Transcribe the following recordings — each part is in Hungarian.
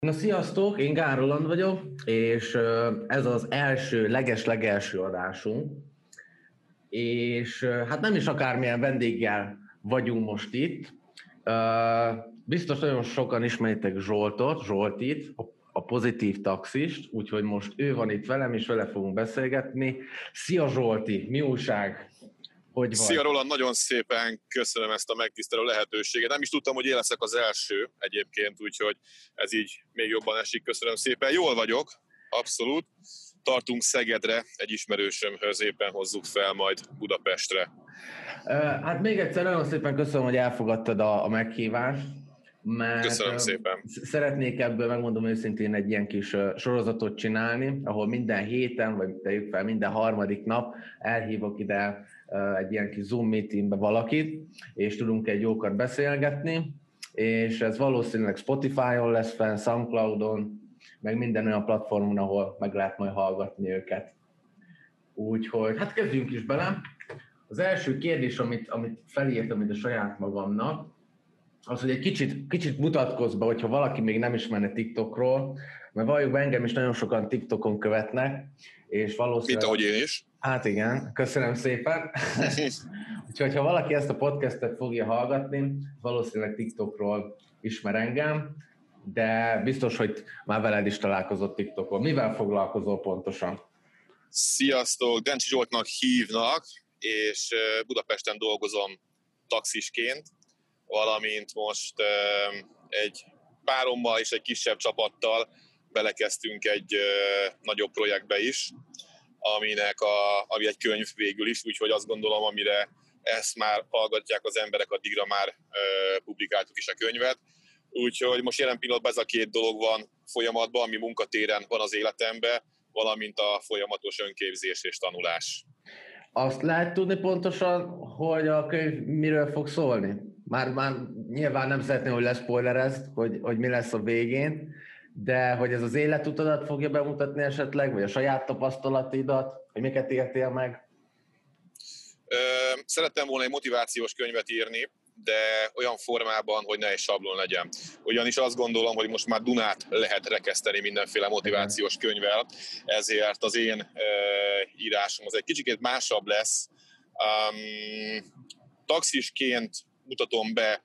Na, sziasztok! Én Gál Roland vagyok, és ez az első, leges-legelső adásunk, és hát nem is akármilyen vendéggel vagyunk most itt. Biztos nagyon sokan ismeritek Zsoltit, a pozitív taxist, úgyhogy most ő van itt velem, és vele fogunk beszélgetni. Szia Zsolti, mi újság? Hogy vagy? Szia Roland, nagyon szépen köszönöm ezt a megtisztelő lehetőséget. Nem is tudtam, hogy én leszek az első egyébként, úgyhogy ez így még jobban esik. Köszönöm szépen. Jól vagyok, abszolút. Tartunk Szegedre, egy ismerősömhöz, éppen hozzuk fel majd Budapestre. Hát még egyszer nagyon szépen köszönöm, hogy elfogadtad a meghívást, mert Köszönöm szépen. Szeretnék ebből, megmondom őszintén, egy ilyen kis sorozatot csinálni, ahol minden héten, vagy tegyük fel minden harmadik nap elhívok ide egy ilyen kis Zoom meetingbe valakit, és tudunk egy jókat beszélgetni, és ez valószínűleg Spotify-on lesz fenn, SoundCloud-on, meg minden olyan platformon, ahol meg lehet majd hallgatni őket. Úgyhogy hát kezdjünk is bele. Az első kérdés, amit felírtam ide saját magamnak, az, hogy egy kicsit mutatkozz be, hogyha valaki még nem ismerne TikTokról, mert valljuk be, engem is nagyon sokan TikTokon követnek, és valószínűleg... Mint ahogy én is. Hát igen, köszönöm szépen. Úgyhogy ha valaki ezt a podcastet fogja hallgatni, valószínűleg TikTokról ismer engem, de biztos, hogy már veled is találkozott TikTokon. Mivel foglalkozol pontosan? Sziasztok, Dencsi Zsoltnak hívnak, és Budapesten dolgozom taxisként, valamint most egy párommal és egy kisebb csapattal belekezdtünk egy nagyobb projektbe is, ami egy könyv végül is, úgyhogy azt gondolom, amire ezt már hallgatják az emberek, addigra már publikáltuk is a könyvet. Úgyhogy most jelen pillanatban ez a két dolog van folyamatban, ami munkatéren van az életemben, valamint a folyamatos önképzés és tanulás. Azt lehet tudni pontosan, hogy a könyv miről fog szólni? Már nyilván nem szeretném, hogy leszpoilerezd, hogy mi lesz a végén, de hogy ez az életutadat fogja bemutatni esetleg, vagy a saját tapasztalatidat, hogy miket értél meg? Szerettem volna egy motivációs könyvet írni, de olyan formában, hogy ne egy sablon legyen. Ugyanis azt gondolom, hogy most már Dunát lehet rekeszteni mindenféle motivációs könyvvel, ezért az én írásom az egy kicsikét másabb lesz. Taxisként mutatom be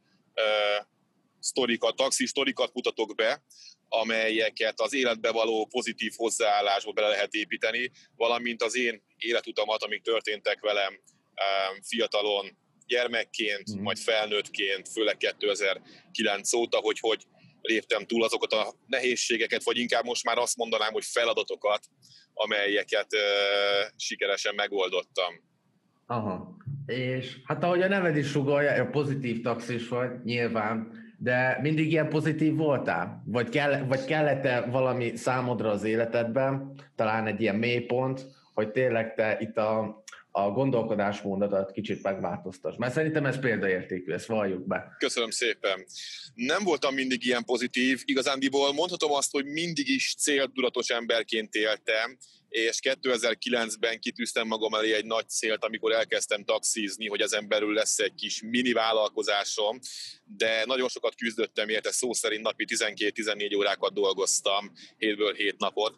taxis sztorikat mutatok be, amelyeket az életbe való pozitív hozzáállásba bele lehet építeni, valamint az én életutamat, amik történtek velem fiatalon, gyermekként, majd felnőttként, főleg 2009 óta, hogy léptem túl azokat a nehézségeket, vagy inkább most már azt mondanám, hogy feladatokat, amelyeket sikeresen megoldottam. Aha. És hát ahogy a neved is sugallja, a pozitív taxis vagy, nyilván, de mindig ilyen pozitív voltál? Vagy kellett-e valami számodra az életedben, talán egy ilyen mélypont, hogy tényleg te itt a gondolkodásmódodat kicsit megváltoztass? Mert szerintem ez példaértékű, ezt valljuk be. Köszönöm szépen. Nem voltam mindig ilyen pozitív. Igazándiból mondhatom azt, hogy mindig is céltudatos emberként éltem, és 2009-ben kitűztem magam elé egy nagy célt, amikor elkezdtem taxizni, hogy ezen belül lesz egy kis mini vállalkozásom, de nagyon sokat küzdöttem érte, szó szerint napi 12-14 órákat dolgoztam, 7-ből 7 napot.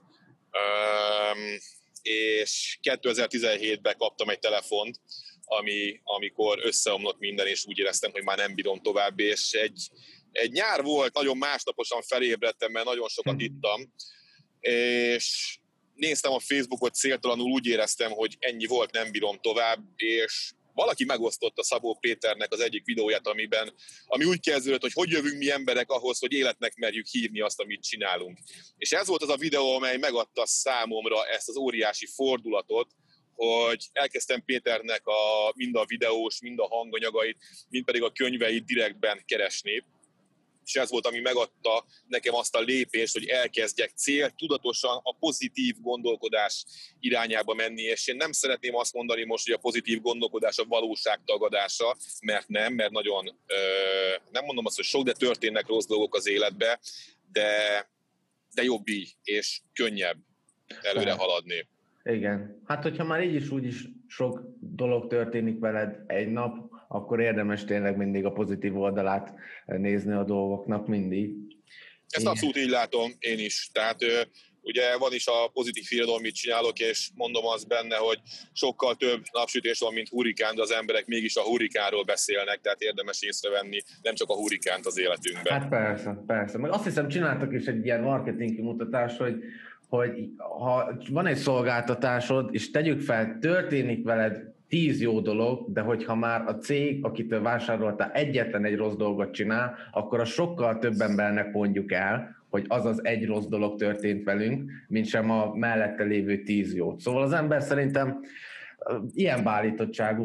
És 2017-ben kaptam egy telefont, amikor összeomlott minden, és úgy éreztem, hogy már nem bírom tovább, és egy nyár volt, nagyon másnaposan felébredtem, mert nagyon sokat ittam, és néztem a Facebookot céltalanul, úgy éreztem, hogy ennyi volt, nem bírom tovább, és valaki megosztotta Szabó Péternek az egyik videóját, ami úgy kezdődött, hogy jövünk mi emberek ahhoz, hogy életnek merjük hívni azt, amit csinálunk. És ez volt az a videó, amely megadta számomra ezt az óriási fordulatot, hogy elkezdtem Péternek mind a videós, mind a hanganyagait, mind pedig a könyveit direktben keresni. És ez volt, ami megadta nekem azt a lépést, hogy elkezdjek tudatosan a pozitív gondolkodás irányába menni, és én nem szeretném azt mondani most, hogy a pozitív gondolkodás a valóság tagadása, mert nagyon, nem mondom azt, hogy sok, de történnek rossz dolgok az életbe, de jobb így, és könnyebb előre haladni. Igen. Hát, hogyha már így is úgy is sok dolog történik veled egy nap, akkor érdemes tényleg mindig a pozitív oldalát nézni a dolgoknak mindig. Ezt abszolút így látom én is. Tehát ugye van is a pozitív híradó, amit csinálok, és mondom azt benne, hogy sokkal több napsütés van, mint hurrikán, de az emberek mégis a hurrikánról beszélnek, tehát érdemes észrevenni nem csak a hurrikánt az életünkben. Hát persze. Meg azt hiszem csináltak is egy ilyen marketing kimutatást, hogy ha van egy szolgáltatásod, és tegyük fel, történik veled 10 jó dolog, de hogyha már a cég, akitől vásároltál, egyetlen egy rossz dolgot csinál, akkor az sokkal több embernek mondjuk el, hogy az az egy rossz dolog történt velünk, mint sem a mellette lévő 10 jót. Szóval az ember szerintem ilyen beállítottságú,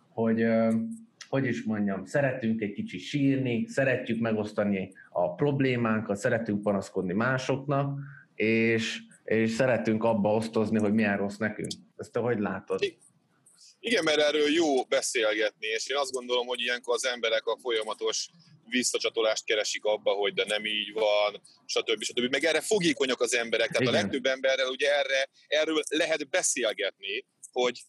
hogy is mondjam, szeretünk egy kicsit sírni, szeretjük megosztani a problémánkat, szeretünk panaszkodni másoknak, és szeretünk abba osztozni, hogy milyen rossz nekünk. Ezt te hogy látod? Igen, mert erről jó beszélgetni, és én azt gondolom, hogy ilyenkor az emberek a folyamatos visszacsatolást keresik abba, hogy de nem így van, stb. Meg erre fogékonyak az emberek. Tehát igen. A legtöbb emberrel ugye erről lehet beszélgetni, hogy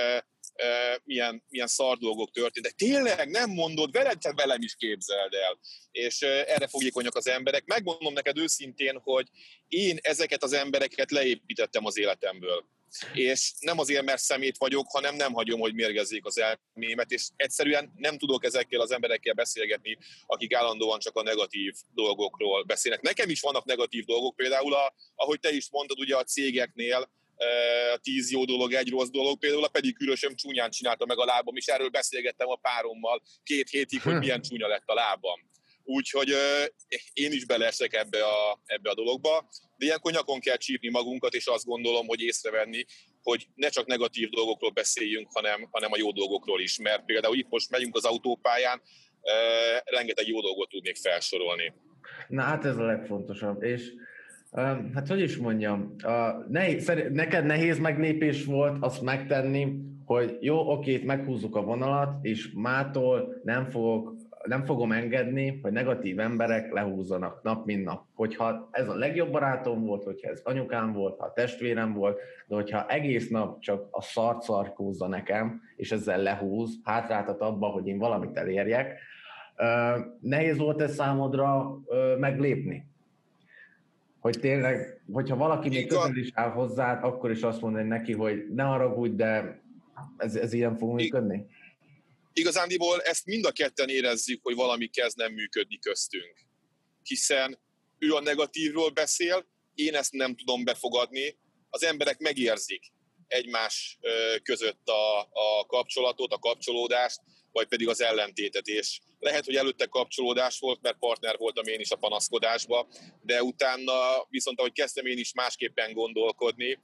milyen szar dolgok történtek. Tényleg nem mondod, velem is képzeld el. És erre fogékonyak az emberek. Megmondom neked őszintén, hogy én ezeket az embereket leépítettem az életemből. És nem azért, mert szemét vagyok, hanem nem hagyom, hogy mérgezzék az elmémet, és egyszerűen nem tudok ezekkel az emberekkel beszélgetni, akik állandóan csak a negatív dolgokról beszélnek. Nekem is vannak negatív dolgok, például, ahogy te is mondtad, ugye a cégeknél, 10 jó dolog, egy rossz dolog, például a pedikűrösöm csúnyán csinálta meg a lábam, és erről beszélgettem a párommal 2 hétig, hogy milyen csúnya lett a lábam. Úgyhogy én is beleesek ebbe a dologba, de ilyenkor nyakon kell csípni magunkat, és azt gondolom, hogy észrevenni, hogy ne csak negatív dolgokról beszéljünk, hanem a jó dolgokról is, mert például itt most megyünk az autópályán, rengeteg jó dolgot tudnék felsorolni. Na hát ez a legfontosabb, és hát hogy is mondjam, neked nehéz meglépés volt azt megtenni, hogy jó, oké, meghúzzuk a vonalat, és mától nem fogom engedni, hogy negatív emberek lehúzzanak nap, mint nap. Hogyha ez a legjobb barátom volt, hogyha ez anyukám volt, ha a testvérem volt, de hogyha egész nap csak a szart szarkózza nekem, és ezzel lehúz, hátráltat abba, hogy én valamit elérjek, nehéz volt ez számodra meglépni? Hogy tényleg, hogyha valaki még közel is áll hozzád, akkor is azt mondani neki, hogy ne haragudj, de ez ilyen fog működni? Igazándiból ezt mind a ketten érezzük, hogy valami kezd nem működni köztünk. Hiszen ő a negatívról beszél, én ezt nem tudom befogadni, az emberek megérzik egymás között a kapcsolatot, a kapcsolódást, vagy pedig az ellentétet. És lehet, hogy előtte kapcsolódás volt, mert partner voltam én is a panaszkodásba, de utána viszont, ahogy kezdtem én is másképpen gondolkodni,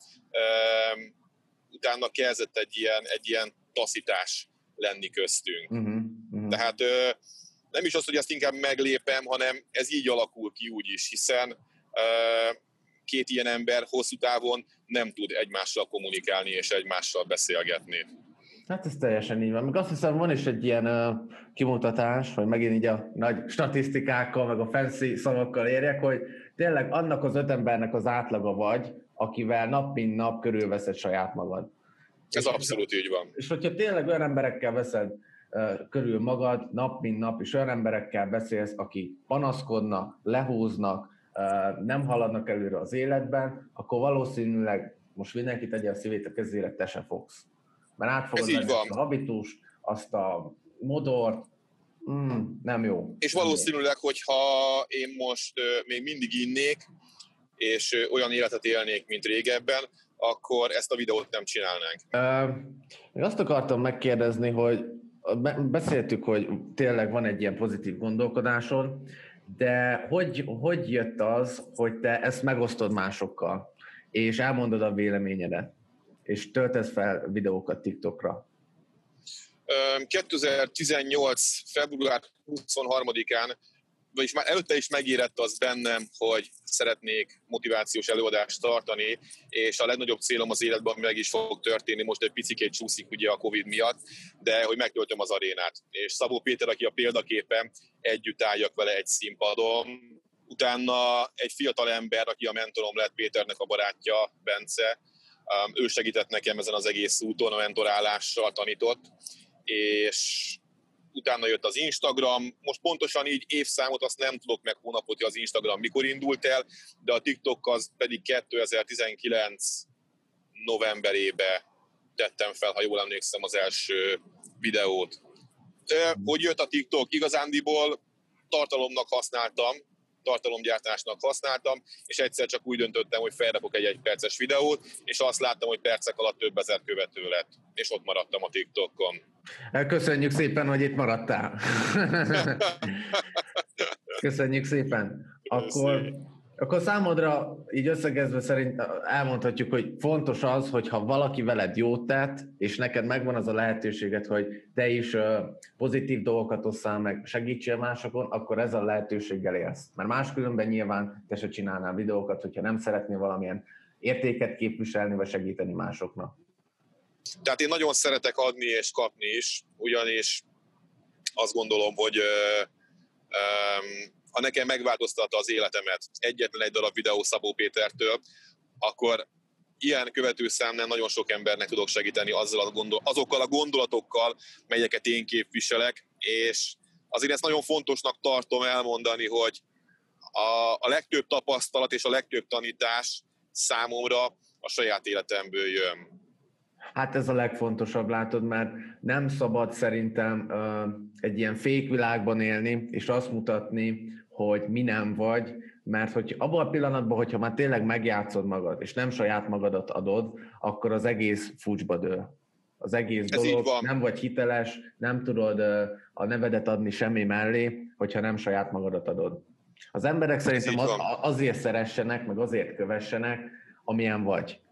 utána kezdett egy ilyen taszítás lenni köztünk. Tehát nem is az, hogy ezt inkább meglépem, hanem ez így alakul ki úgy is, hiszen 2 ilyen ember hosszú távon nem tud egymással kommunikálni és egymással beszélgetni. Hát ez teljesen így van. Meg azt hiszem, van is egy ilyen kimutatás, hogy megint így a nagy statisztikákkal, meg a fancy szavakkal érjek, hogy tényleg annak az 5 embernek az átlaga vagy, akivel nap mint nap körülveszed saját magad. Ez abszolút így van. És hogyha tényleg olyan emberekkel veszed körül magad nap mint nap, és olyan emberekkel beszélsz, akik panaszkodnak, lehúznak, nem haladnak előre az életben, akkor valószínűleg most mindenki tegye a szívét a kezére, te se fogsz. Mert át fogod venni a habitust, azt a modort, nem jó. És valószínűleg, hogyha én most még mindig innék, és olyan életet élnék, mint régebben, akkor ezt a videót nem csinálnánk. Még azt akartam megkérdezni, hogy beszéltük, hogy tényleg van egy ilyen pozitív gondolkodásod, de hogy jött az, hogy te ezt megosztod másokkal, és elmondod a véleményedet, és töltesz fel videókat TikTokra? 2018. február 23-án, vagyis már előtte is megérett az bennem, hogy szeretnék motivációs előadást tartani, és a legnagyobb célom az életben meg is fog történni, most egy picikét csúszik ugye a Covid miatt, de hogy megtöltöm az arénát. És Szabó Péter, aki a példaképem, együtt álljak vele egy színpadon. Utána egy fiatal ember, aki a mentorom lett, Péternek a barátja, Bence, ő segített nekem ezen az egész úton, a mentorálással tanított, és utána jött az Instagram, most pontosan így évszámot azt nem tudok meg hónapot, hogy az Instagram mikor indult el, de a TikTok az pedig 2019 novemberébe tettem fel, ha jól emlékszem, az első videót. Hogy jött a TikTok? Igazándiból tartalomgyártásnak használtam, és egyszer csak úgy döntöttem, hogy felrakok egy 1 perces videót, és azt láttam, hogy percek alatt több ezer követő lett, és ott maradtam a TikTokon. Köszönjük szépen, hogy itt maradtál. Köszönjük szépen. Akkor számodra így összegezve szerint elmondhatjuk, hogy fontos az, hogyha valaki veled jót tett, és neked megvan az a lehetőséget, hogy te is pozitív dolgokat osszál meg, segítsél másokon, akkor ezzel a lehetőséggel élsz. Mert máskülönben nyilván te se csinálnál videókat, hogyha nem szeretnél valamilyen értéket képviselni, vagy segíteni másoknak. Tehát én nagyon szeretek adni és kapni is, ugyanis azt gondolom, hogy ha nekem megváltoztatta az életemet egyetlen egy darab videó Szabó Pétertől, akkor ilyen követőszámnál nagyon sok embernek tudok segíteni azokkal a gondolatokkal, melyeket én képviselek, és azért ezt nagyon fontosnak tartom elmondani, hogy a legtöbb tapasztalat és a legtöbb tanítás számomra a saját életemből jön. Hát ez a legfontosabb, látod, mert nem szabad szerintem egy ilyen fake világban élni, és azt mutatni, hogy mi nem vagy, mert hogy abban a pillanatban, hogyha már tényleg megjátszod magad, és nem saját magadat adod, akkor az egész fucsba dől. Az egész dolog, nem vagy hiteles, nem tudod a nevedet adni semmi mellé, hogyha nem saját magadat adod. Az emberek szerintem azért szeressenek, meg azért kövessenek, amilyen vagy.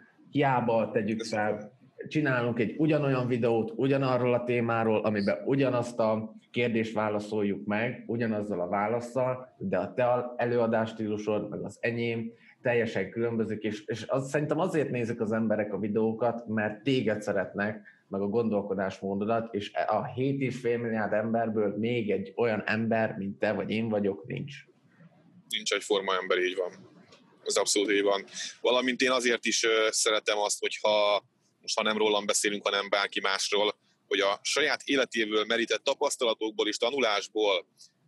Hiába tegyük fel, csinálunk egy ugyanolyan videót, ugyanarról a témáról, amiben ugyanazt a kérdést válaszoljuk meg, ugyanazzal a válasszal, de a te előadásstílusod, meg az enyém teljesen különbözik, és szerintem azért nézik az emberek a videókat, mert téged szeretnek, meg a gondolkodásmódodat, és a 7,5 milliárd emberből még egy olyan ember, mint te vagy én vagyok, nincs. Nincs egyforma ember, így van. Ez abszolút így van. Valamint én azért is szeretem azt, hogyha most ha nem rólam beszélünk, hanem bárki másról, hogy a saját életéből merített tapasztalatokból és tanulásból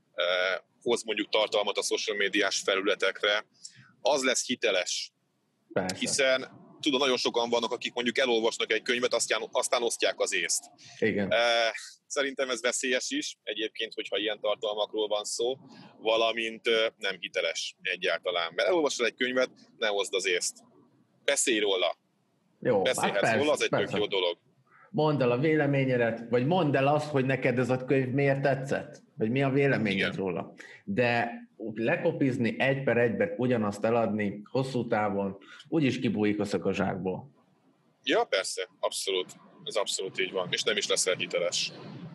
hoz mondjuk tartalmat a social médiás felületekre, az lesz hiteles. Persze. Hiszen tudom, nagyon sokan vannak, akik mondjuk elolvasnak egy könyvet, aztán osztják az észt. Igen. Szerintem ez veszélyes is, egyébként, hogyha ilyen tartalmakról van szó, valamint nem hiteles egyáltalán. Mert elolvasod egy könyvet, ne hozd az észt. Beszélj róla. Jó, beszélhetsz róla, az egy tök jó dolog. Mondd el a véleményedet, vagy mondd el azt, hogy neked ez a könyv miért tetszett, vagy mi a véleményed róla. De lekopizni 1/1 ugyanazt eladni hosszú távon, úgyis kibújik a szög a zsákból. Ja, persze, abszolút. Ez abszolút így van, és nem is leszel hiteles.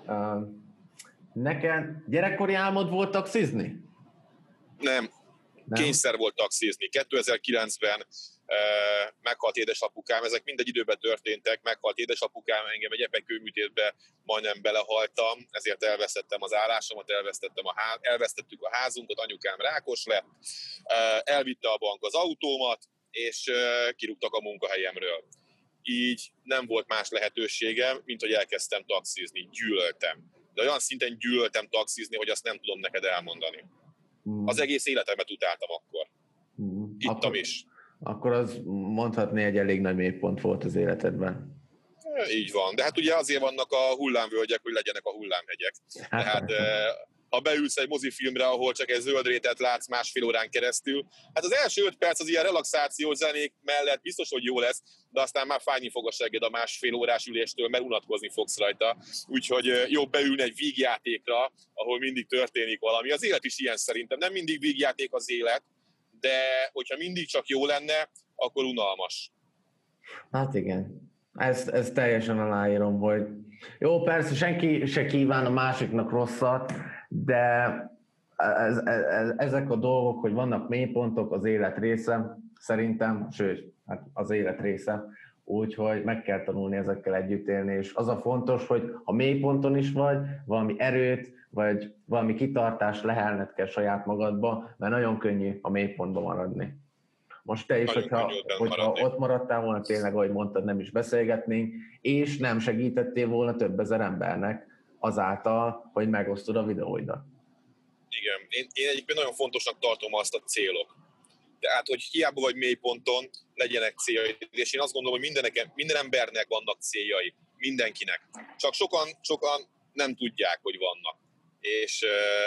Neked gyerekkori álmod volt taxizni? Nem. Kényszer volt taxizni. 2009-ben meghalt édesapukám, ezek mindegy időben történtek, meghalt édesapukám, engem egy epekőműtétbe majdnem belehaltam, ezért elvesztettem az állásomat, elvesztettük a házunkat, anyukám rákos lett, elvitte a bank az autómat, és kirúgtak a munkahelyemről. Így nem volt más lehetőségem, mint hogy elkezdtem taxizni, gyűlöltem. De olyan szinten gyűlöltem taxizni, hogy azt nem tudom neked elmondani. Az egész életemet utáltam akkor. Ittam is. Akkor az mondhatni egy elég nagy mélypont volt az életedben. Így van, de hát ugye azért vannak a hullámvölgyek, hogy legyenek a hullámhegyek. Tehát ha beülsz egy mozifilmre, ahol csak egy zöld rétet látsz 1,5 órán keresztül, hát az első 5 perc az ilyen relaxációs zenék mellett biztos, hogy jó lesz, de aztán már fájni fog a segged a 1,5 órás üléstől, mert unatkozni fogsz rajta. Úgyhogy jobb beülni egy vígjátékra, ahol mindig történik valami. Az élet is ilyen szerintem, nem mindig vígjáték az élet, de hogyha mindig csak jó lenne, akkor unalmas. Hát igen, ezt teljesen aláírom, hogy jó, persze senki se kíván a másiknak rosszat, de ezek a dolgok, hogy vannak mélypontok, az élet része, szerintem, sőt, hát az élet része, úgyhogy meg kell tanulni ezekkel együtt élni, és az a fontos, hogy ha mélyponton is vagy, valami erőt, vagy valami kitartást lehelned kell saját magadba, mert nagyon könnyű a mélypontban maradni. Most te is, hogyha ott maradtál volna, tényleg, ahogy mondtad, nem is beszélgetnénk, és nem segítettél volna több ezer embernek, azáltal, hogy megosztod a videóidat. Igen, én egyébként nagyon fontosnak tartom azt a célok. Tehát, hogy hiába vagy mélyponton, legyenek céljai. És én azt gondolom, hogy minden embernek vannak céljai. Mindenkinek. Csak sokan nem tudják, hogy vannak. És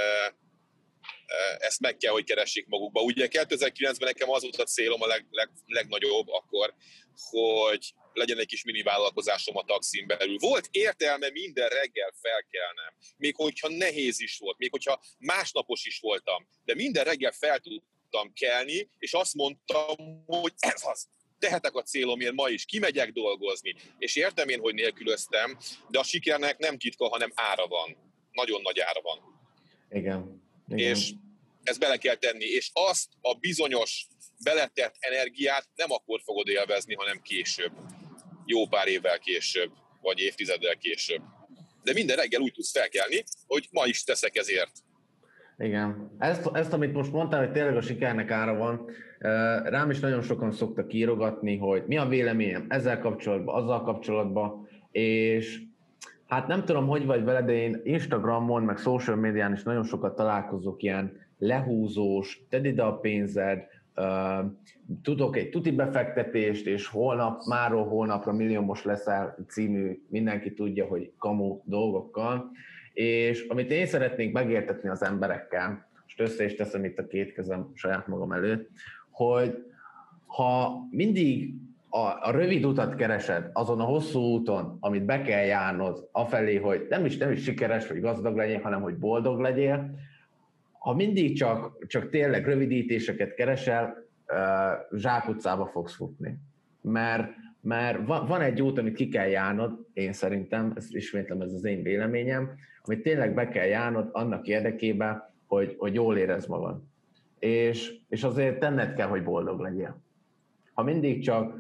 ezt meg kell, hogy keressék magukba. Ugye 2009-ben nekem az volt a célom a legnagyobb akkor, hogy legyen egy kis mini vállalkozásom a taxin belül. Volt értelme minden reggel felkelnem, még hogyha nehéz is volt, még hogyha másnapos is voltam, de minden reggel fel tudtam kelni, és azt mondtam, hogy ez az, tehetek a célomért ma is, kimegyek dolgozni. És értem én, hogy nélkülöztem, de a sikernek nem titka, hanem ára van. Nagyon nagy ára van. Igen. És ezt bele kell tenni, és azt a bizonyos beletett energiát nem akkor fogod élvezni, hanem később. Jó pár évvel később, vagy évtizeddel később. De minden reggel úgy tudsz felkelni, hogy ma is teszek ezért. Igen. Ezt, amit most mondtál, hogy tényleg a sikernek ára van, rám is nagyon sokan szoktak írogatni, hogy mi a véleményem ezzel kapcsolatban, azzal kapcsolatban, és hát nem tudom, hogy vagy vele, de én Instagramon, meg social médián is nagyon sokat találkozok ilyen lehúzós, tedd ide a pénzed, tudok egy tuti befektetést, és máról holnapra milliómos leszel című, mindenki tudja, hogy kamu dolgokkal. És amit én szeretnék megértetni az emberekkel, most össze is teszem itt a két kezem saját magam előtt, hogy ha mindig a rövid utat keresed azon a hosszú úton, amit be kell járnod, afelé, hogy nem is sikeres vagy gazdag legyél, hanem hogy boldog legyél, ha mindig csak tényleg rövidítéseket keresel, zsákutcába fogsz futni. Mert van egy út, amit ki kell járnod, én szerintem, ismétlem, ez az én véleményem, amit tényleg be kell járnod annak érdekében, hogy jól érezd magad. És azért tenned kell, hogy boldog legyél. Ha mindig csak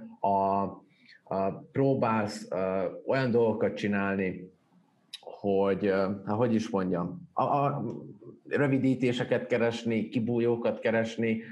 próbálsz olyan dolgokat csinálni, hogy is mondjam, a rövidítéseket keresni, kibújókat keresni,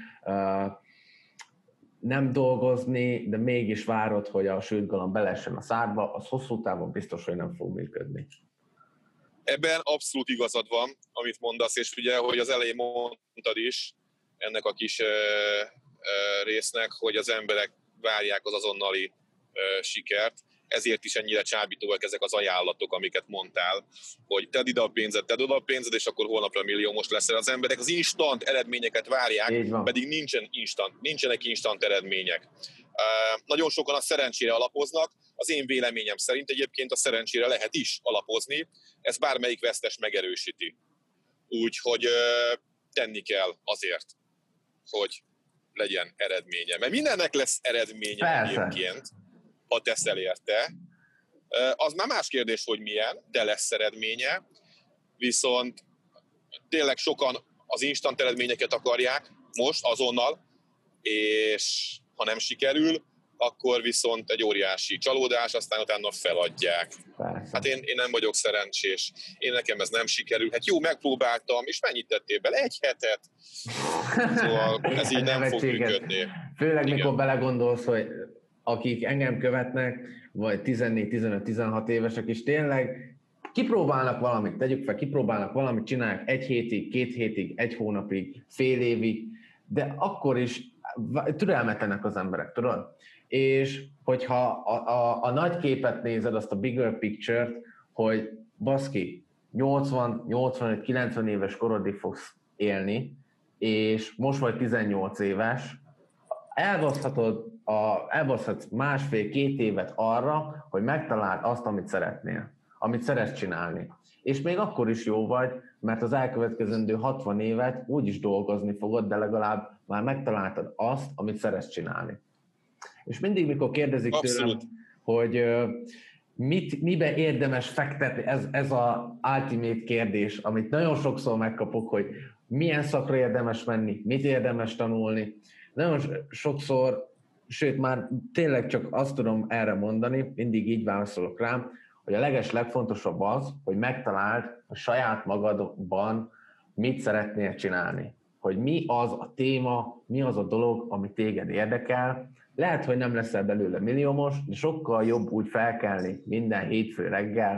nem dolgozni, de mégis várod, hogy a sült beleessen a szádba, az hosszú távon biztos, hogy nem fog működni. Ebben abszolút igazad van, amit mondasz, és ugye, hogy az elején mondtad is ennek a kis résznek, hogy az emberek várják az azonnali sikert, ezért is ennyire csábítóak ezek az ajánlatok, amiket mondtál, hogy tedd ide a pénzed, tedd oda a pénzed, és akkor holnapra milliómos leszel. Az emberek az instant eredményeket várják, pedig nincsenek instant eredmények. Nagyon sokan a szerencsére alapoznak, az én véleményem szerint egyébként a szerencsére lehet is alapozni, ez bármelyik vesztes megerősíti. Úgyhogy tenni kell azért, hogy legyen eredménye. Mert mindennek lesz eredménye. Persze. Egyébként, ha teszel érte. Az már más kérdés, hogy milyen, de lesz eredménye. Viszont tényleg sokan az instant eredményeket akarják most, azonnal, és ha nem sikerül, akkor viszont egy óriási csalódás, aztán utána feladják. Persze. Hát én nem vagyok szerencsés, nekem ez nem sikerül. Hát jó, megpróbáltam, és mennyit tettél bele? Egy hetet. Szóval ez így nem fog működni. Főleg igen. Mikor belegondolsz, hogy akik engem követnek, vagy 14-15-16 évesek is tényleg kipróbálnak valamit, tegyük fel, kipróbálnak valamit, csinálják 1 hétig, 2 hétig, 1 hónapig, fél évig, de akkor is türelmetlenek az emberek, tudod? És hogyha a nagy képet nézed, azt a bigger picture-t, hogy baszki, 80-85-90 éves korodig fogsz élni, és most vagy 18 éves, elbaszhatsz 1,5-2 évet arra, hogy megtaláld azt, amit szeretnél, amit szeretsz csinálni. És még akkor is jó vagy, mert az elkövetkezendő 60 évet úgy is dolgozni fogod, de legalább már megtaláltad azt, amit szeretsz csinálni. És mindig, mikor kérdezik tőlem, hogy mibe érdemes fektetni, ez az ultimate kérdés, amit nagyon sokszor megkapok, hogy milyen szakra érdemes menni, mit érdemes tanulni. Nagyon sokszor, sőt már tényleg csak azt tudom erre mondani, mindig így válaszolok rám, hogy a legfontosabb az, hogy megtaláld a saját magadban, mit szeretnél csinálni. Hogy mi az a téma, mi az a dolog, ami téged érdekel. Lehet, hogy nem leszel belőle milliómos, de sokkal jobb úgy felkelni minden hétfő reggel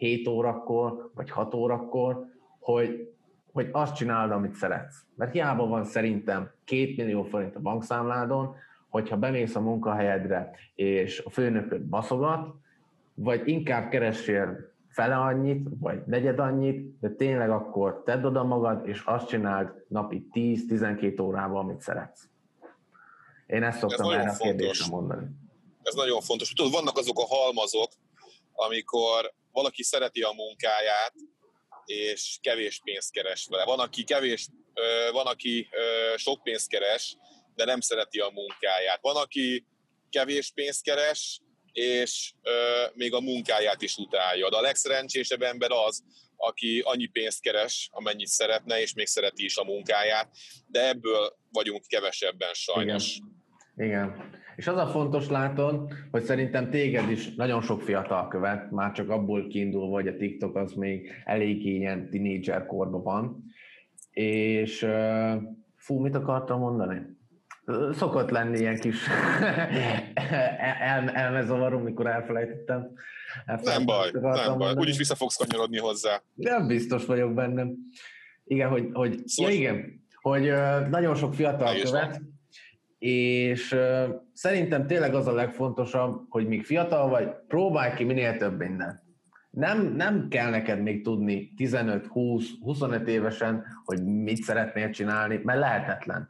7 órakor, vagy 6 órakor, hogy azt csinálod, amit szeretsz. Mert hiába van szerintem 2 millió forint a bankszámládon, hogyha bemész a munkahelyedre, és a főnököd baszogat, vagy inkább keressél fele annyit, vagy negyed annyit, de tényleg akkor tedd oda magad, és azt csináld napi 10-12 órával, amit szeretsz. Én ezt szoktam erre a kérdésre mondani. Ez nagyon fontos. Tudod, vannak azok a halmazok, amikor valaki szereti a munkáját, és kevés pénzt keres vele. Van, aki sok pénzt keres, de nem szereti a munkáját. Van, aki kevés pénzt keres, és még a munkáját is utálja. De a legszerencsésebb ember az, aki annyi pénzt keres, amennyit szeretne, és még szereti is a munkáját, de ebből vagyunk kevesebben sajnos. Igen. És az a fontos, látod, hogy szerintem téged is nagyon sok fiatal követ, már csak abból kiindulva, hogy a TikTok az még elég ilyen tínédzser korban van. És mit akartam mondani? Szokott lenni ilyen kis elmezavaró, mikor elfelejtettem. Nem baj. Úgyis vissza fogsz kanyarodni hozzá. Nem biztos vagyok bennem. Igen, hogy nagyon sok fiatal követ, és szerintem tényleg az a legfontosabb, hogy míg fiatal vagy, próbálj ki minél több mindent. Nem kell neked még tudni 15-20-25 évesen, hogy mit szeretnél csinálni, mert lehetetlen.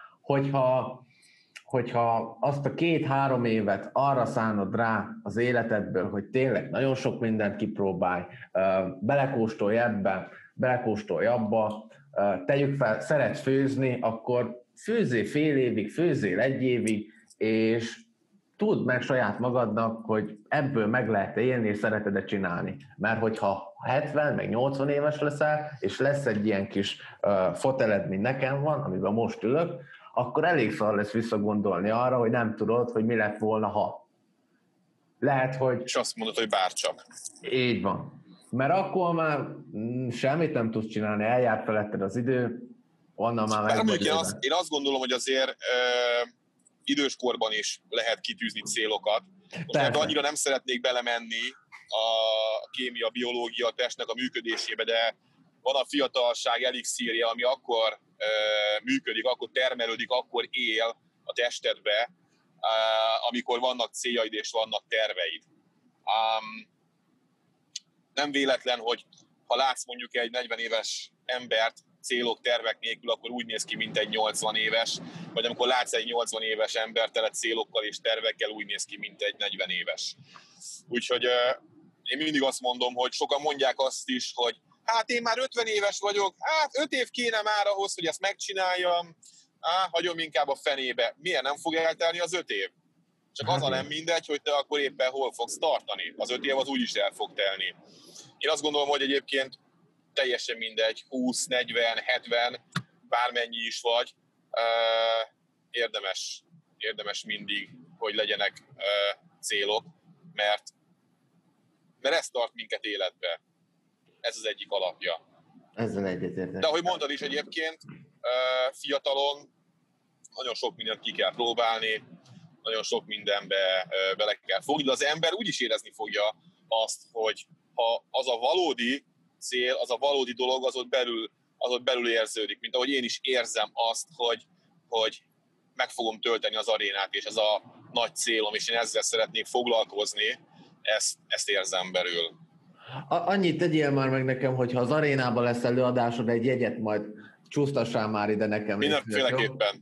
Hogyha azt a 2-3 évet arra szánod rá az életedből, hogy tényleg nagyon sok mindent kipróbálj, belekóstolj ebbe, belekóstolj abba, tegyük fel, szeretsz főzni, akkor főzzél fél évig, főzzél 1 évig, és tudd meg saját magadnak, hogy ebből meg lehet élni, és szereted-e csinálni. Mert hogyha 70, meg 80 éves leszel, és lesz egy ilyen kis foteled, mint nekem van, amiben most ülök, akkor elég szar lesz visszagondolni arra, hogy nem tudod, hogy mi lett volna, ha. Lehet, hogy... És azt mondod, hogy bárcsak. Így van. Mert akkor már semmit nem tudsz csinálni, eljárt feletted az idő, onnan már én azt gondolom, hogy azért időskorban is lehet kitűzni célokat. Most annyira nem szeretnék belemenni a kémia, biológia, a testnek a működésébe, de van a fiatalság elixírje, ami akkor működik, akkor termelődik, akkor él a testedbe, amikor vannak céljaid és vannak terveid. Nem véletlen, hogy ha látsz mondjuk egy 40 éves embert célok, tervek nélkül, akkor úgy néz ki, mint egy 80 éves, vagy amikor látsz egy 80 éves embert tele célokkal és tervekkel, úgy néz ki, mint egy 40 éves. Úgyhogy én mindig azt mondom, hogy sokan mondják azt is, hogy hát én már 50 éves vagyok, 5 év kéne már ahhoz, hogy ezt megcsináljam, hagyom inkább a fenébe. Miért nem fog eltelni az 5 év? Csak az a nem mindegy, hogy te akkor éppen hol fogsz tartani. Az 5 év az úgyis el fog telni. Én azt gondolom, hogy egyébként teljesen mindegy, 20, 40, 70, bármennyi is vagy, érdemes mindig, hogy legyenek célok, mert ez tart minket életbe. Ez az egyik alapja. Ezzel egyetértek. De ahogy mondtad is egyébként, fiatalon nagyon sok mindent ki kell próbálni, nagyon sok mindenbe bele kell fogni, de az ember úgy is érezni fogja azt, hogy ha az a valódi cél, az a valódi dolog, az ott belül érződik. Mint ahogy én is érzem azt, hogy meg fogom tölteni az arénát, és ez a nagy célom, és én ezzel szeretnék foglalkozni, ezt érzem belül. Annyit tegyél már meg nekem, hogyha az arénában lesz előadásod, egy jegyet majd csúsztassál már ide nekem. Mindenféleképpen.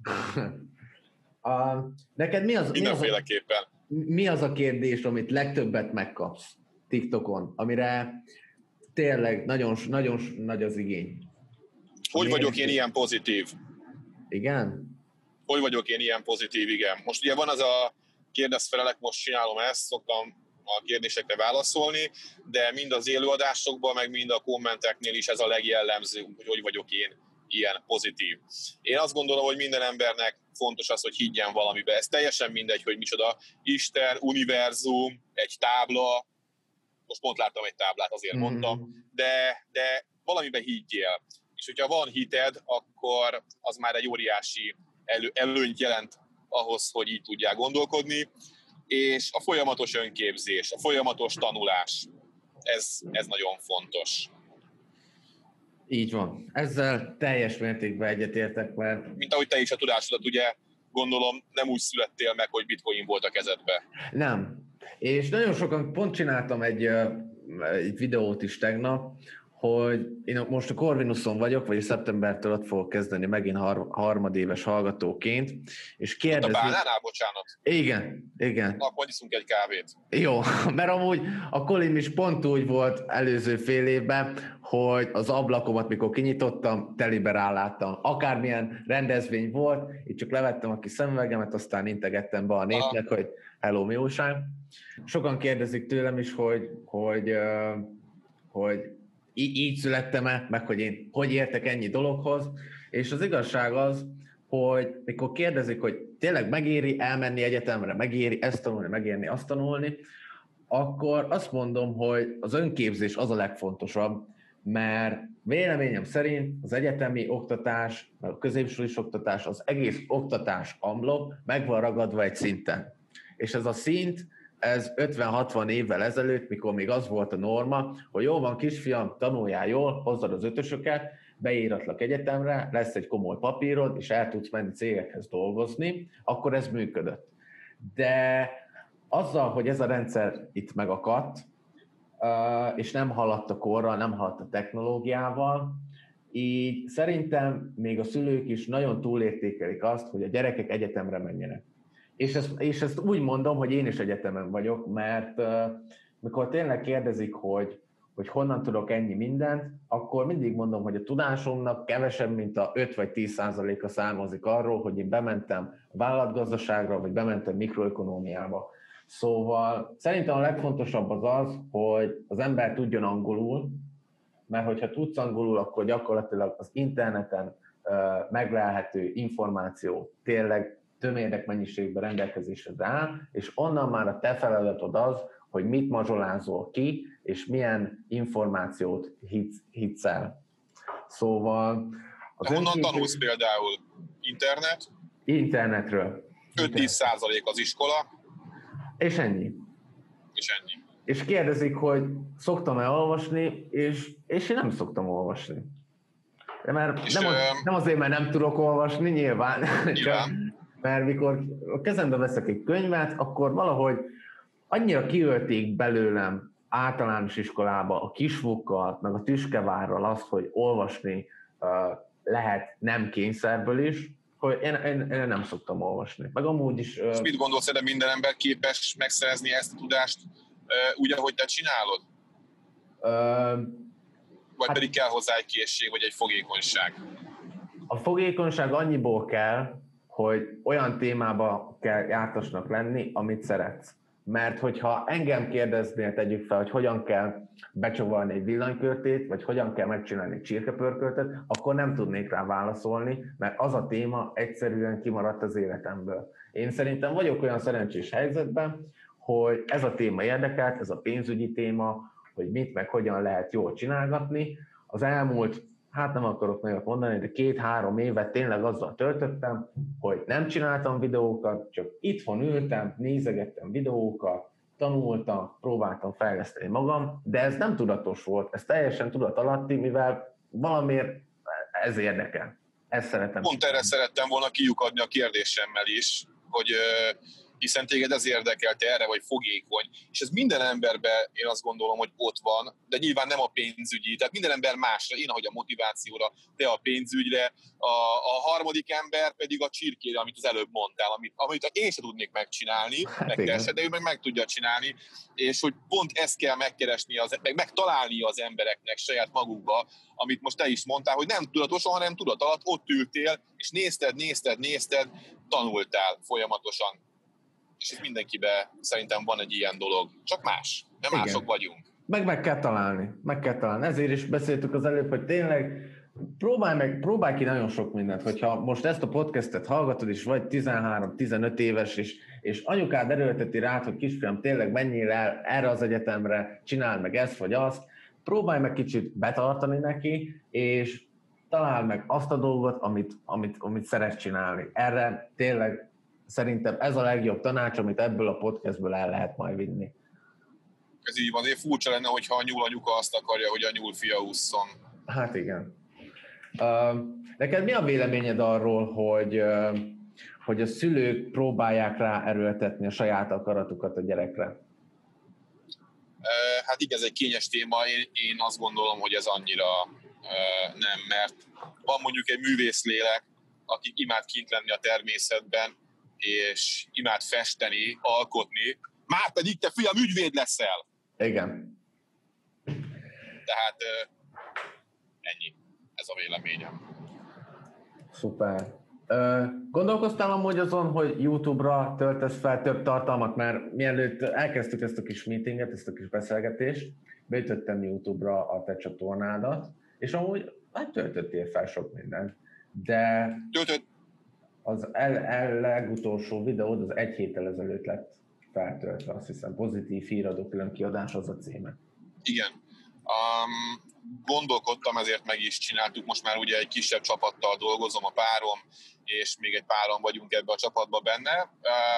Neked Mindenféleképpen. Mi az a kérdés, amit legtöbbet megkapsz TikTokon, amire tényleg nagyon, nagyon nagy az igény? Hogy vagyok én ilyen pozitív? Igen? Hogy vagyok én ilyen pozitív, igen. Most ugye van az a kérdezfelelek, most csinálom ezt, szoktam a kérdésekre válaszolni, de mind az élőadásokban, meg mind a kommenteknél is ez a legjellemzőbb, hogy vagyok én ilyen pozitív. Én azt gondolom, hogy minden embernek fontos az, hogy higgyen valamibe. Ez teljesen mindegy, hogy micsoda Isten, univerzum, egy tábla, most pont láttam egy táblát, azért mondtam, de valamiben higgyél. És hogyha van hited, akkor az már egy óriási előnyt jelent ahhoz, hogy így tudjál gondolkodni, és a folyamatos önképzés, a folyamatos tanulás, ez nagyon fontos. Így van. Ezzel teljes mértékben egyetértek, mert... Mint ahogy te is a tudásodat, ugye gondolom nem úgy születtél meg, hogy bitcoin volt a kezedbe. Nem. És nagyon sokan, pont csináltam egy videót is tegnap, hogy én most a Corvinuson vagyok, vagyis szeptembertől ott fogok kezdeni megint harmadéves hallgatóként, és kérdezik... Ott a Bálnánál, bocsánat? Igen. Akkor iszunk egy kávét. Jó, mert amúgy a Kolim is pont úgy volt előző fél évben, hogy az ablakomat, mikor kinyitottam, telibe ráláttam. Akármilyen rendezvény volt, így csak levettem a kis szemüvegemet, aztán integettem be a népnek, hogy hello, mi újság. Sokan kérdezik tőlem is, hogy így születtem-e, meg hogy én hogy értek ennyi dologhoz, és az igazság az, hogy mikor kérdezik, hogy tényleg megéri elmenni egyetemre, megéri ezt tanulni, megéri azt tanulni, akkor azt mondom, hogy az önképzés az a legfontosabb, mert véleményem szerint az egyetemi oktatás, a középsulis oktatás, az egész oktatás amblok meg van ragadva egy szinten. És ez a szint, ez 50-60 évvel ezelőtt, mikor még az volt a norma, hogy jó van kisfiam, tanuljál jól, hozzad az ötösöket, beíratlak egyetemre, lesz egy komoly papírod, és el tudsz menni cégekhez dolgozni, akkor ez működött. De azzal, hogy ez a rendszer itt megakadt, és nem haladt a korral, nem haladt a technológiával, így szerintem még a szülők is nagyon túlértékelik azt, hogy a gyerekek egyetemre menjenek. És ezt úgy mondom, hogy én is egyetemen vagyok, mert mikor tényleg kérdezik, hogy honnan tudok ennyi mindent, akkor mindig mondom, hogy a tudásomnak kevesebb, mint a 5 vagy 10%-a származik arról, hogy én bementem vállalatgazdaságra, vagy bementem mikroökonómiába. Szóval szerintem a legfontosabb az, hogy az ember tudjon angolul, mert hogyha tudsz angolul, akkor gyakorlatilag az interneten meglelhető információ tényleg tömérdek mennyiségben rendelkezésre áll, és onnan már a te feladatod az, hogy mit mazsolázol ki, és milyen információt hitsz el. Szóval... Honnan tanulsz például? Internet? Internetről. 5-10% az iskola. És ennyi. És kérdezik, hogy szoktam-e olvasni, és én nem szoktam olvasni. De nem azért, mert nem tudok olvasni, nyilván. Csak, mert mikor a kezembe veszek egy könyvet, akkor valahogy annyira kiölték belőlem általános iskolába a kisvukkal, meg a tüskevárral azt, hogy olvasni lehet nem kényszerből is, hogy én nem szoktam olvasni. Meg amúgy is... És mit gondolsz, de minden ember képes megszerezni ezt a tudást úgy, ahogy te csinálod? Vagy pedig kell hozzá egy készség, vagy egy fogékonyság? A fogékonyság annyiból kell, hogy olyan témába kell jártasnak lenni, amit szeretsz. Mert hogyha engem kérdeznél, tegyük fel, hogy hogyan kell becsavarni egy villanykörtét, vagy hogyan kell megcsinálni egy csirkepörköltet, akkor nem tudnék rá válaszolni, mert az a téma egyszerűen kimaradt az életemből. Én szerintem vagyok olyan szerencsés helyzetben, hogy ez a téma érdekelt, ez a pénzügyi téma, hogy mit meg hogyan lehet jól csinálgatni. Az elmúlt, nem akarok nagyot mondani, de 2-3 évet tényleg azzal töltöttem, hogy nem csináltam videókat, csak itthon ültem, nézegettem videókat, tanultam, próbáltam fejleszteni magam, de ez nem tudatos volt, ez teljesen tudatalatti, mivel valamiért ez érdekel. Ezt szeretem. Pont erre szerettem volna kiukadni a kérdésemmel is, hogy hiszen téged ez érdekelt, te erre vagy fogékony, és ez minden emberben én azt gondolom, hogy ott van, de nyilván nem a pénzügyi, tehát minden ember másra, én ahogy a motivációra, te a pénzügyre, a harmadik ember pedig a csirkére, amit az előbb mondtál, amit én sem tudnék megcsinálni, de ő meg tudja csinálni, és hogy pont ezt kell megkeresni, meg megtalálni az embereknek saját magukba, amit most te is mondtál, hogy nem tudatosan, hanem tudat alatt ott ültél, és nézted, tanultál folyamatosan. És ez mindenkiben szerintem van egy ilyen dolog. Csak más. Nem igen. Mások vagyunk. Meg kell találni. Ezért is beszéltük az előbb, hogy tényleg próbálj ki nagyon sok mindent. Hogyha most ezt a podcastet hallgatod, és vagy 13-15 éves, és anyukád erőlteti rád, hogy kisfiam, tényleg menjél el erre az egyetemre, csináld meg ezt vagy azt, próbálj meg kicsit betartani neki, és találd meg azt a dolgot, amit szeretsz csinálni. Erre tényleg szerintem ez a legjobb tanács, amit ebből a podcastből el lehet majd vinni. Ez így van, azért furcsa lenne, hogyha a nyúl anyuka azt akarja, hogy a nyúl fia ússzon. Hát igen. Neked mi a véleményed arról, hogy a szülők próbálják rá erőltetni a saját akaratukat a gyerekre? Hát igen, ez egy kényes téma. Én azt gondolom, hogy ez annyira nem, mert van mondjuk egy művészlélek, aki imád kint lenni a természetben, és imád festeni, alkotni, már pedig te fiam ügyvéd leszel. Igen. Tehát ennyi. Ez a véleményem. Szuper. Gondolkoztál amúgy azon, hogy YouTube-ra töltesz fel több tartalmat, mert mielőtt elkezdtük ezt a kis meetinget, ezt a kis beszélgetést, beütöttem YouTube-ra a te csatornádat, és amúgy töltöttél fel sok mindent, de az legutolsó videód az egy héttel ezelőtt lett feltöltve, azt hiszem, pozitív híradó külön kiadás az a címe. Igen. Gondolkodtam, ezért meg is csináltuk. Most már ugye egy kisebb csapattal dolgozom, a párom, és még egy páran vagyunk ebbe a csapatba benne.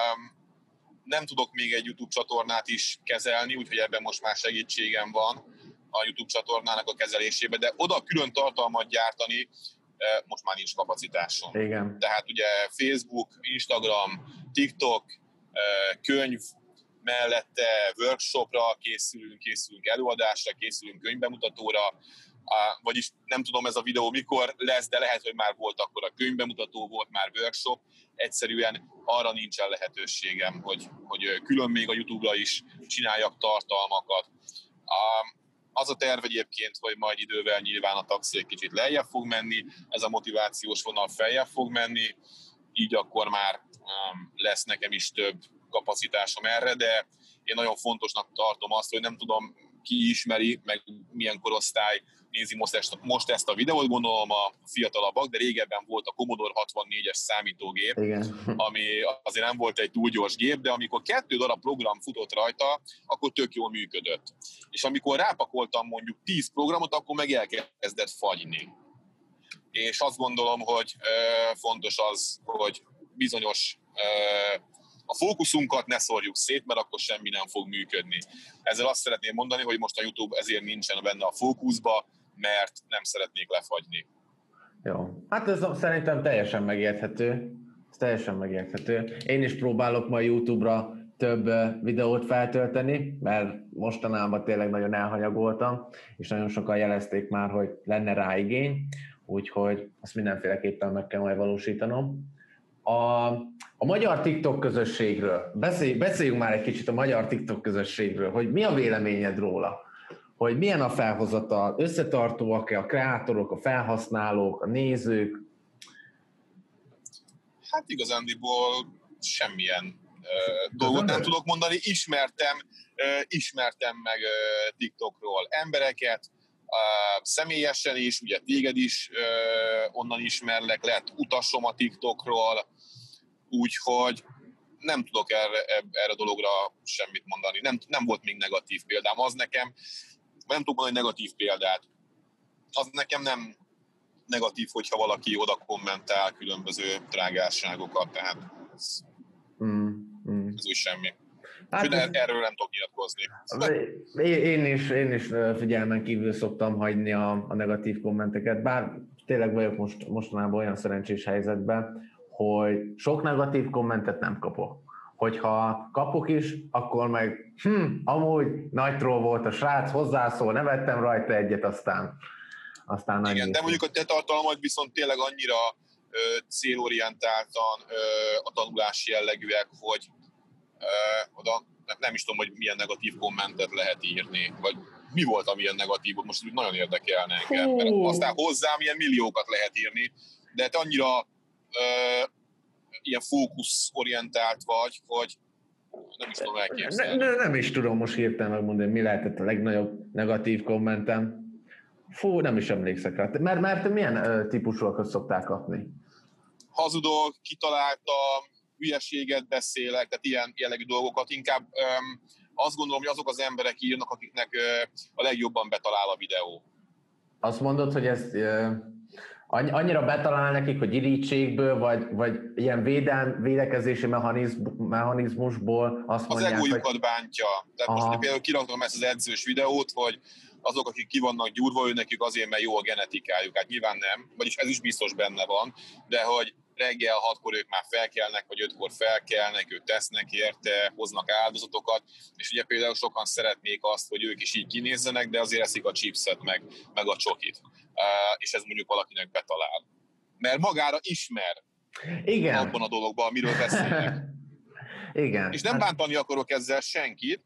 Nem tudok még egy YouTube csatornát is kezelni, úgyhogy ebben most már segítségem van a YouTube csatornának a kezelésében, de oda külön tartalmat gyártani most már nincs kapacitásom. Igen. Tehát ugye Facebook, Instagram, TikTok, könyv, mellette workshopra készülünk előadásra, készülünk könyvbemutatóra, vagyis nem tudom ez a videó mikor lesz, de lehet, hogy már volt akkor a könyvbemutató, volt már workshop, egyszerűen arra nincsen lehetőségem, hogy külön még a YouTube-ra is csináljak tartalmakat. Az a terv egyébként, hogy majd idővel nyilván a taxi egy kicsit lejjebb fog menni, ez a motivációs vonal feljebb fog menni, így akkor már lesz nekem is több kapacitásom erre, de én nagyon fontosnak tartom azt, hogy nem tudom, ki ismeri, meg milyen korosztály nézi most ezt a videót, gondolom a fiatalabbak, de régebben volt a Commodore 64-es számítógép, igen, ami azért nem volt egy túl gyors gép, de amikor 2 darab program futott rajta, akkor tök jól működött. És amikor rápakoltam mondjuk 10 programot, akkor meg elkezdett fagyni. És azt gondolom, hogy fontos az, hogy bizonyos a fókuszunkat ne szórjuk szét, mert akkor semmi nem fog működni. Ezzel azt szeretném mondani, hogy most a YouTube ezért nincsen benne a fókuszba, mert nem szeretnék lefagyni. Jó. Hát ez szerintem teljesen megérthető. Ez teljesen megérthető. Én is próbálok majd YouTube-ra több videót feltölteni, mert mostanában tényleg nagyon elhanyagoltam, és nagyon sokan jelezték már, hogy lenne rá igény, úgyhogy azt mindenféleképpen meg kell majd valósítanom. A magyar TikTok közösségről, beszéljünk már egy kicsit a magyar TikTok közösségről, hogy mi a véleményed róla? Hogy milyen a felhozatal, összetartóak-e a kreátorok, a felhasználók, a nézők? Hát igazándiból semmilyen dolgot nem tudok mondani. Ismertem meg TikTokról embereket, személyesen is, ugye téged is onnan ismerlek, lett utasom a TikTokról, úgyhogy nem tudok erre a dologra semmit mondani. Nem volt még negatív példám. Az nekem, nem tudok mondani negatív példát. Az nekem nem negatív, hogyha valaki oda kommentál különböző trágárságokat, tehát ez úgy semmi. Hát, erről nem tudok nyilatkozni. Én is figyelmen kívül szoktam hagyni a negatív kommenteket, bár tényleg vagyok mostanában olyan szerencsés helyzetben, hogy sok negatív kommentet nem kapok. Hogyha kapok is, akkor meg amúgy nagy troll volt a srác, hozzászól, nevettem rajta egyet, aztán igen, de mondjuk a te tartalmad viszont tényleg annyira célorientáltan a tanulási jellegűek, hogy oda nem is tudom, hogy milyen negatív kommentet lehet írni, vagy mi volt, amilyen negatívot, most úgy nagyon érdekelne engem, mert aztán hozzám ilyen milliókat lehet írni, de te annyira ilyen fókuszorientált vagy, hogy nem is tudom elképzelni. Nem is tudom most hirtelen megmondani, mi lehetett a legnagyobb negatív kommentem. Nem is emlékszek rá. Mert milyen típusúakat szoktál kapni? Hazudok, kitaláltam, hülyeséget beszélek, tehát ilyen jellegű dolgokat. Inkább azt gondolom, hogy azok az emberek írnak, akiknek a legjobban betalál a videó. Azt mondod, hogy ez Annyira betalál nekik, hogy irítségből, vagy ilyen védekezési mechanizmusból azt Az mondják, hogy egójukat bántja. Tehát most például kirakom ezt az edzős videót, hogy azok, akik ki vannak gyúrva, ő nekik azért, mert jó a genetikájuk. Hát nyilván nem, vagyis ez is biztos benne van, de hogy reggel 6-kor ők már felkelnek, vagy 5-kor felkelnek, ők tesznek érte, hoznak áldozatokat, és ugye például sokan szeretnék azt, hogy ők is így kinézzenek, de azért eszik a chipset, meg a csokit. És ez mondjuk valakinek betalál. Mert magára ismer. Igen. Abban a dologban, amiről beszélnek. Igen. És nem bántani akarok ezzel senkit,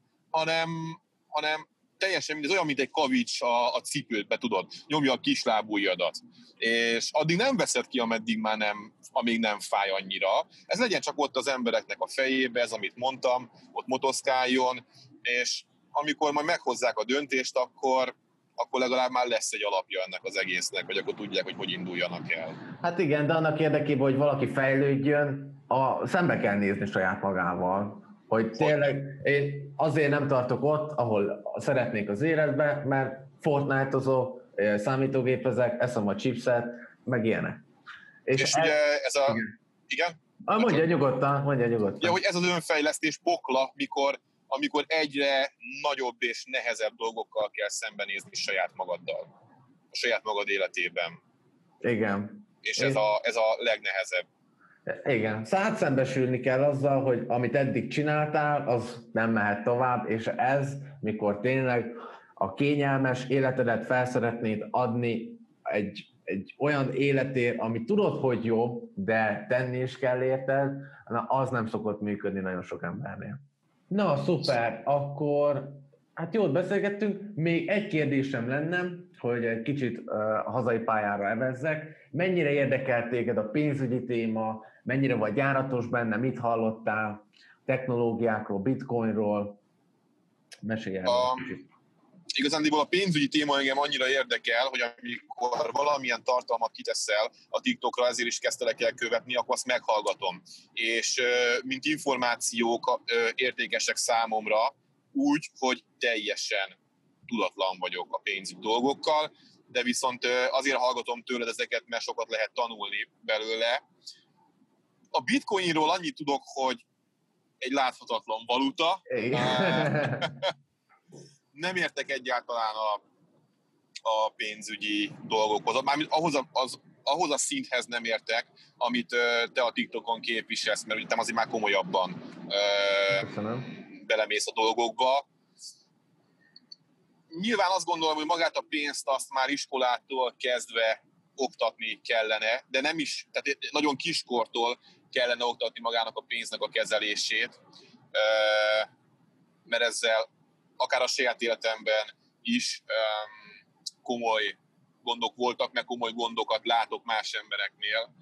hanem teljesen mindez olyan, mint egy kavics a cipődbe, tudod, nyomja a kislábujjadat. És addig nem veszed ki, amíg nem fáj annyira. Ez legyen csak ott az embereknek a fejébe, ez amit mondtam, ott motoszkáljon, és amikor majd meghozzák a döntést, akkor legalább már lesz egy alapja ennek az egésznek, vagy akkor tudják, hogy induljanak el. Hát igen, de annak érdekében, hogy valaki fejlődjön, szembe kell nézni saját magával. Hogy tényleg én azért nem tartok ott, ahol szeretnék az életbe, mert Fortnite-ozok, számítógépezek, eszem a chipset, meg ilyenek. És ugye ez a... Igen? Mondja nyugodtan. Ugye, hogy ez az önfejlesztés pokla, amikor egyre nagyobb és nehezebb dolgokkal kell szembenézni saját magaddal. A saját magad életében. Igen. És ez a legnehezebb. Igen. Szembesülni kell azzal, hogy amit eddig csináltál, az nem mehet tovább, és ez, mikor tényleg a kényelmes életedet fel szeretnéd adni egy olyan életért, ami tudod, hogy jó, de tenni is kell érted, az nem szokott működni nagyon sok embernél. Na, szuper, akkor hát jót beszélgettünk, még egy kérdésem lenne, hogy egy kicsit hazai pályára evezzek. Mennyire érdekelt téged a pénzügyi téma, mennyire vagy járatos benne, mit hallottál technológiákról, bitcoinról? Mesélj el egy kicsit. Igazándiból a pénzügyi téma engem annyira érdekel, hogy amikor valamilyen tartalmat kiteszel a TikTokra, ezért is kezdtelek el követni, akkor azt meghallgatom. És mint információk értékesek számomra, úgy, hogy teljesen tudatlan vagyok a pénzügyi dolgokkal, de viszont azért hallgatom tőled ezeket, mert sokat lehet tanulni belőle. A bitcoinról annyit tudok, hogy egy láthatatlan valuta. Nem értek egyáltalán a pénzügyi dolgokhoz. Mármint ahhoz a szinthez nem értek, amit te a TikTokon képviselsz, mert te azért már komolyabban belemész a dolgokba. Nyilván azt gondolom, hogy magát a pénzt azt már iskolától kezdve oktatni kellene, de nem is, tehát nagyon kiskortól kellene oktatni magának a pénznek a kezelését, mert ezzel akár a saját életemben is komoly gondok voltak, meg komoly gondokat látok más embereknél.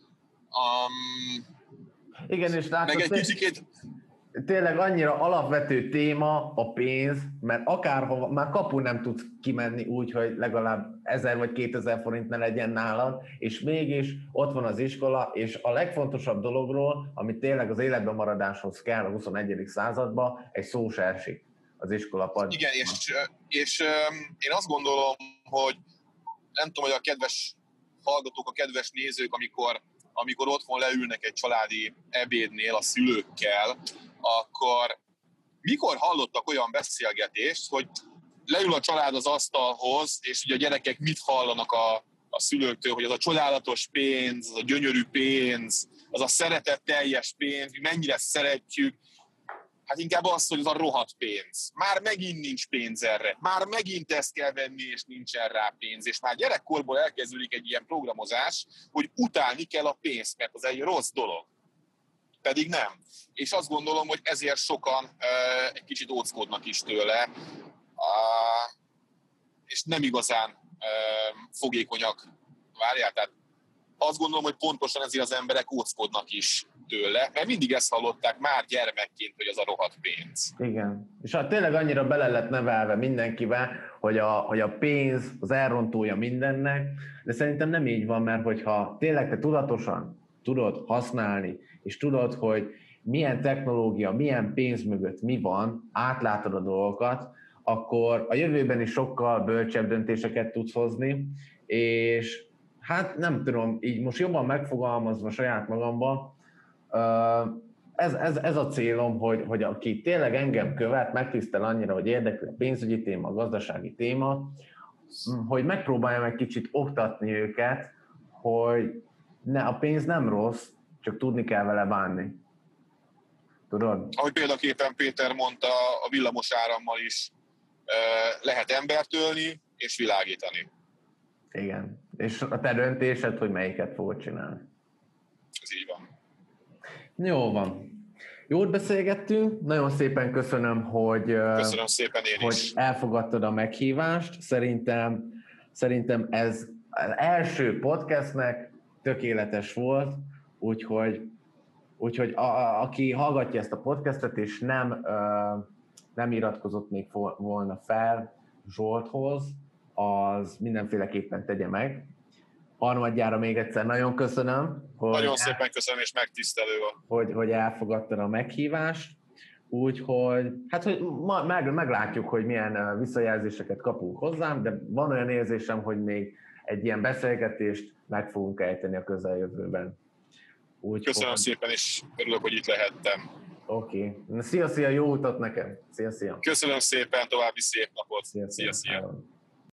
Igen, és látod, meg egy kicsikét... Tényleg annyira alapvető téma a pénz, mert akárhova, már kapun nem tudsz kimenni úgy, hogy legalább 1000 vagy 2000 forint ne legyen nálad, és mégis ott van az iskola, és a legfontosabb dologról, ami tényleg az életben maradáshoz kell a 21. században, egy szó se esik az iskola pad. Igen, és én azt gondolom, hogy nem tudom, hogy a kedves hallgatók, a kedves nézők, amikor otthon leülnek egy családi ebédnél a szülőkkel, akkor mikor hallottak olyan beszélgetést, hogy leül a család az asztalhoz, és ugye a gyerekek mit hallanak a szülőktől, hogy az a csodálatos pénz, az a gyönyörű pénz, az a szeretetteljes pénz, mennyire szeretjük. Hát inkább az, hogy az a rohadt pénz. Már megint nincs pénz erre. Már megint ezt kell venni, és nincsen rá pénz. És már gyerekkorból elkezdődik egy ilyen programozás, hogy utálni kell a pénzt, mert az egy rossz dolog. Pedig nem. És azt gondolom, hogy ezért sokan egy kicsit óckodnak is tőle, és nem igazán fogékonyak. Várjál, tehát azt gondolom, hogy pontosan ezért az emberek óckodnak is tőle, mert mindig ezt hallották már gyermekként, hogy az a rohadt pénz. Igen. És tényleg annyira bele lett nevelve mindenkibe, hogy a pénz az elrontója mindennek, de szerintem nem így van, mert hogyha tényleg te tudatosan tudod használni, és tudod, hogy milyen technológia, milyen pénz mögött mi van, átlátod a dolgokat, akkor a jövőben is sokkal bölcsebb döntéseket tudsz hozni, és hát nem tudom, így most jobban megfogalmazva saját magamban, ez a célom, hogy aki tényleg engem követ, megtisztel annyira, hogy érdekli a pénzügyi téma, a gazdasági téma, hogy megpróbáljam egy kicsit oktatni őket, hogy a pénz nem rossz, csak tudni kell vele bánni. Tudod? Ahogy példaképpen Péter mondta, a villamos árammal is lehet embert ölni és világítani. Igen. És a te döntésed, hogy melyiket fogod csinálni. Ez így van. Jó van. Jót beszélgettünk, nagyon szépen köszönöm, Köszönöm szépen én is. Hogy elfogadtad a meghívást. Szerintem ez az első podcastnek tökéletes volt, úgyhogy aki hallgatja ezt a podcastet, és nem iratkozott még volna fel Zsolthoz, az mindenféleképpen tegye meg. Harmadjára még egyszer nagyon köszönöm. Nagyon szépen köszönöm, és megtisztelő. Hogy elfogadtad a meghívást. Úgyhogy, hát hogy meglátjuk, hogy milyen visszajelzéseket kapunk hozzám, de van olyan érzésem, hogy még egy ilyen beszélgetést meg fogunk ejteni a közeljövőben. Köszönöm szépen, és örülök, hogy itt lehettem. Oké. Szia, jó utat nekem. Szia. Köszönöm szépen, további szép napot. Szia.